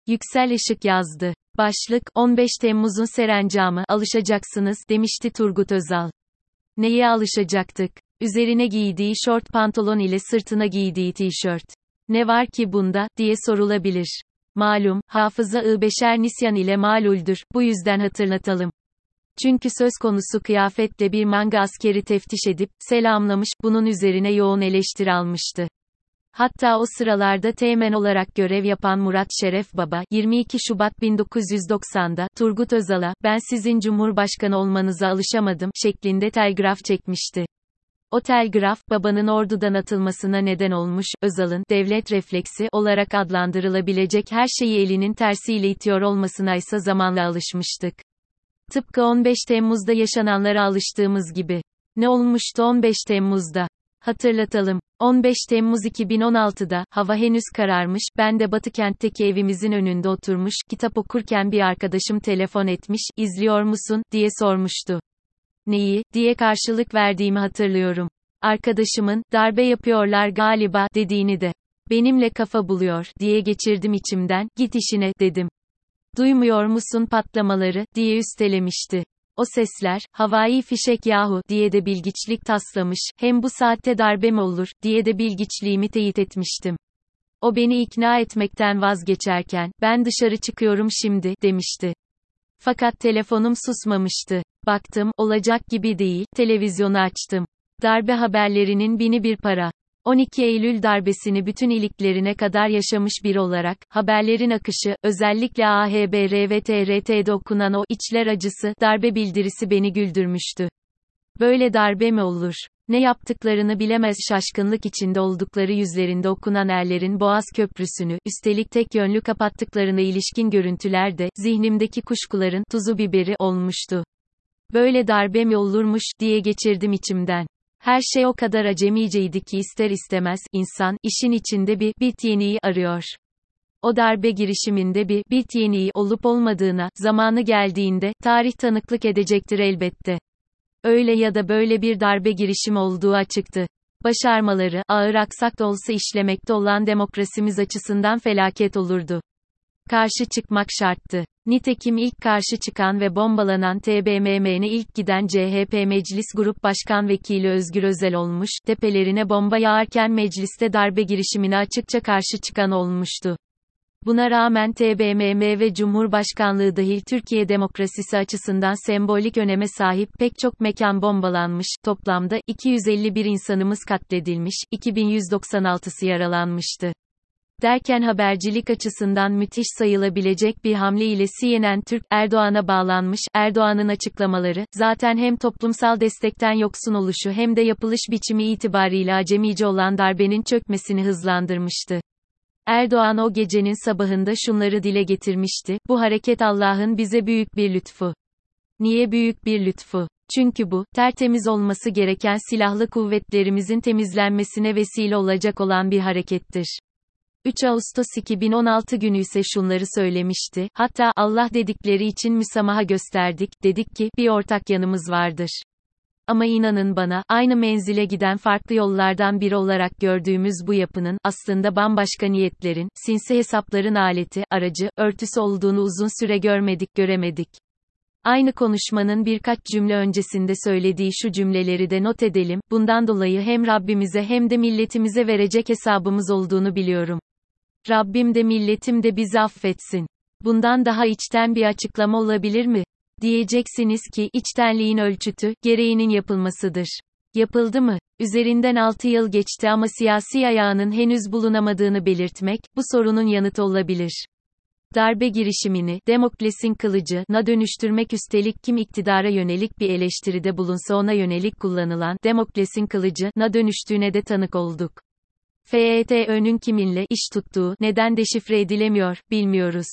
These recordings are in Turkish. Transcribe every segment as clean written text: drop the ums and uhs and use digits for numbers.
Yüksel Işık yazdı. Başlık, 15 Temmuz'un serencamı, alışacaksınız, demişti Turgut Özal. Neye alışacaktık? Üzerine giydiği şort pantolon ile sırtına giydiği tişört. Ne var ki bunda, diye sorulabilir. Malum, hafıza-ı beşer nisyan ile maluldür, bu yüzden hatırlatalım. Çünkü söz konusu kıyafetle bir manga askeri teftiş edip, selamlamış, bunun üzerine yoğun eleştiri almıştı. Hatta o sıralarda teğmen olarak görev yapan Murat Şeref Baba, 22 Şubat 1990'da, Turgut Özal'a, ben sizin Cumhurbaşkanı olmanıza alışamadım, şeklinde telgraf çekmişti. O telgraf, Baba'nın ordudan atılmasına neden olmuş, Özal'ın, devlet refleksi, olarak adlandırılabilecek her şeyi elinin tersiyle itiyor olmasına ise zamanla alışmıştık. Tıpkı 15 Temmuz'da yaşananlara alıştığımız gibi. Ne olmuştu 15 Temmuz'da? Hatırlatalım. 15 Temmuz 2016'da, hava henüz kararmış, ben de Batıkent'teki evimizin önünde oturmuş, kitap okurken bir arkadaşım telefon etmiş, izliyor musun, diye sormuştu. Neyi, diye karşılık verdiğimi hatırlıyorum. Arkadaşımın, darbe yapıyorlar galiba, dediğini de. Benimle kafa buluyor, diye geçirdim içimden, git işine, dedim. Duymuyor musun patlamaları, diye üstelemişti. O sesler, havai fişek yahu, diye de bilgiçlik taslamış, hem bu saatte darbe mi olur, diye de bilgiçliğimi teyit etmiştim. O beni ikna etmekten vazgeçerken, ben dışarı çıkıyorum şimdi, demişti. Fakat telefonum susmamıştı. Baktım, olacak gibi değil, televizyonu açtım. Darbe haberlerinin bini bir para. 12 Eylül darbesini bütün iliklerine kadar yaşamış biri olarak, haberlerin akışı, özellikle AHBR ve TRT'de okunan o, içler acısı, darbe bildirisi beni güldürmüştü. Böyle darbe mi olur? Ne yaptıklarını bilemez şaşkınlık içinde oldukları yüzlerinde okunan erlerin Boğaz Köprüsü'nü, üstelik tek yönlü kapattıklarına ilişkin görüntüler de, zihnimdeki kuşkuların, tuzu biberi, olmuştu. Böyle darbe mi olurmuş, diye geçirdim içimden. Her şey o kadar acemiceydi ki ister istemez, insan, işin içinde bir, bit yeniği arıyor. O darbe girişiminde bir, bit yeniği olup olmadığına, zamanı geldiğinde, tarih tanıklık edecektir elbette. Öyle ya da böyle bir darbe girişimi olduğu açıktı. Başarmaları, ağır aksak da olsa işlemekte olan demokrasimiz açısından felaket olurdu. Karşı çıkmak şarttı. Nitekim ilk karşı çıkan ve bombalanan TBMM'ne ilk giden CHP Meclis Grup Başkan Vekili Özgür Özel olmuş, tepelerine bomba yağarken mecliste darbe girişimine açıkça karşı çıkan olmuştu. Buna rağmen TBMM ve Cumhurbaşkanlığı dahil Türkiye demokrasisi açısından sembolik öneme sahip pek çok mekan bombalanmış, toplamda 251 insanımız katledilmiş, 2196'sı yaralanmıştı. Derken habercilik açısından müthiş sayılabilecek bir hamle ile CNN Türk, Erdoğan'a bağlanmış, Erdoğan'ın açıklamaları, zaten hem toplumsal destekten yoksun oluşu hem de yapılış biçimi itibariyle acemice olan darbenin çökmesini hızlandırmıştı. Erdoğan o gecenin sabahında şunları dile getirmişti, bu hareket Allah'ın bize büyük bir lütfu. Niye büyük bir lütfu? Çünkü bu, tertemiz olması gereken silahlı kuvvetlerimizin temizlenmesine vesile olacak olan bir harekettir. 3 Ağustos 2016 günü ise şunları söylemişti, hatta, Allah dedikleri için müsamaha gösterdik, dedik ki, bir ortak yanımız vardır. Ama inanın bana, aynı menzile giden farklı yollardan biri olarak gördüğümüz bu yapının, aslında bambaşka niyetlerin, sinsi hesapların aleti, aracı, örtüsü olduğunu uzun süre göremedik. Aynı konuşmanın birkaç cümle öncesinde söylediği şu cümleleri de not edelim, bundan dolayı hem Rabbimize hem de milletimize verecek hesabımız olduğunu biliyorum. Rabbim de milletim de bizi affetsin. Bundan daha içten bir açıklama olabilir mi? Diyeceksiniz ki, içtenliğin ölçütü, gereğinin yapılmasıdır. Yapıldı mı? Üzerinden 6 yıl geçti ama siyasi ayağının henüz bulunamadığını belirtmek, bu sorunun yanıtı olabilir. Darbe girişimini, Demokles'in kılıcına dönüştürmek üstelik kim iktidara yönelik bir eleştiride bulunsa ona yönelik kullanılan, Demokles'in kılıcına dönüştüğüne de tanık olduk. FETÖ'nün kiminle iş tuttuğu, neden deşifre edilemiyor, bilmiyoruz.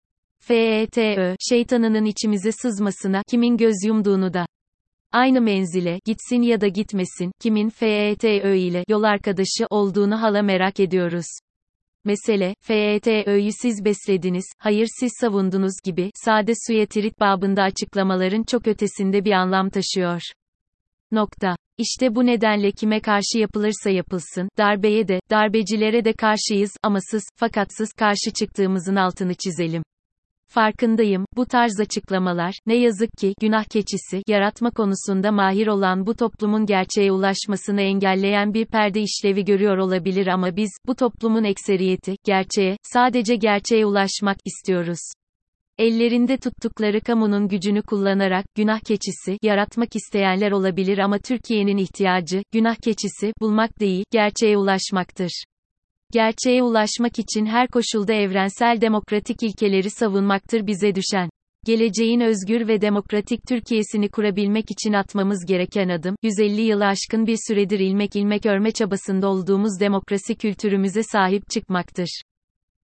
FETÖ, şeytanının içimize sızmasına, kimin göz yumduğunu da. Aynı menzile, gitsin ya da gitmesin, kimin FETÖ ile yol arkadaşı olduğunu hala merak ediyoruz. Mesele, FETÖ'yü siz beslediniz, hayır siz savundunuz gibi, sade suya tirit babında açıklamaların çok ötesinde bir anlam taşıyor. İşte bu nedenle kime karşı yapılırsa yapılsın, darbeye de, darbecilere de karşıyız, amasız, fakatsız karşı çıktığımızın altını çizelim. Farkındayım, bu tarz açıklamalar, ne yazık ki, günah keçisi, yaratma konusunda mahir olan bu toplumun gerçeğe ulaşmasını engelleyen bir perde işlevi görüyor olabilir ama biz, bu toplumun ekseriyeti, gerçeğe, sadece gerçeğe ulaşmak istiyoruz. Ellerinde tuttukları kamunun gücünü kullanarak, günah keçisi, yaratmak isteyenler olabilir ama Türkiye'nin ihtiyacı, günah keçisi, bulmak değil, gerçeğe ulaşmaktır. Gerçeğe ulaşmak için her koşulda evrensel demokratik ilkeleri savunmaktır bize düşen. Geleceğin özgür ve demokratik Türkiye'sini kurabilmek için atmamız gereken adım, 150 yılı aşkın bir süredir ilmek ilmek örme çabasında olduğumuz demokrasi kültürümüze sahip çıkmaktır.